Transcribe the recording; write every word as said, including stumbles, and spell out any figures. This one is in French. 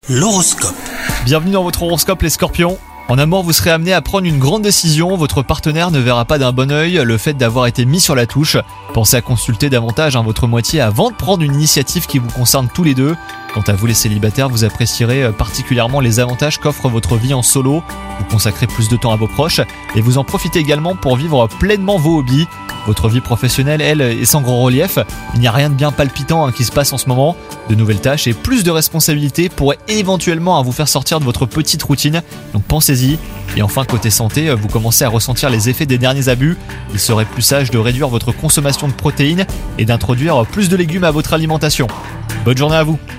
L'horoscope. Bienvenue dans votre horoscope les scorpions. En amour, vous serez amené à prendre une grande décision, votre partenaire ne verra pas d'un bon œil le fait d'avoir été mis sur la touche. Pensez à consulter davantage hein, votre moitié avant de prendre une initiative qui vous concerne tous les deux. Quant à vous les célibataires, vous apprécierez particulièrement les avantages qu'offre votre vie en solo. Vous consacrez plus de temps à vos proches et vous en profitez également pour vivre pleinement vos hobbies. Votre vie professionnelle, elle, est sans grand relief. Il n'y a rien de bien palpitant hein, qui se passe en ce moment. De nouvelles tâches et plus de responsabilités pourraient éventuellement hein, vous faire sortir de votre petite routine. Donc pensez-y. Et enfin, côté santé, vous commencez à ressentir les effets des derniers abus. Il serait plus sage de réduire votre consommation de protéines et d'introduire plus de légumes à votre alimentation. Bonne journée à vous!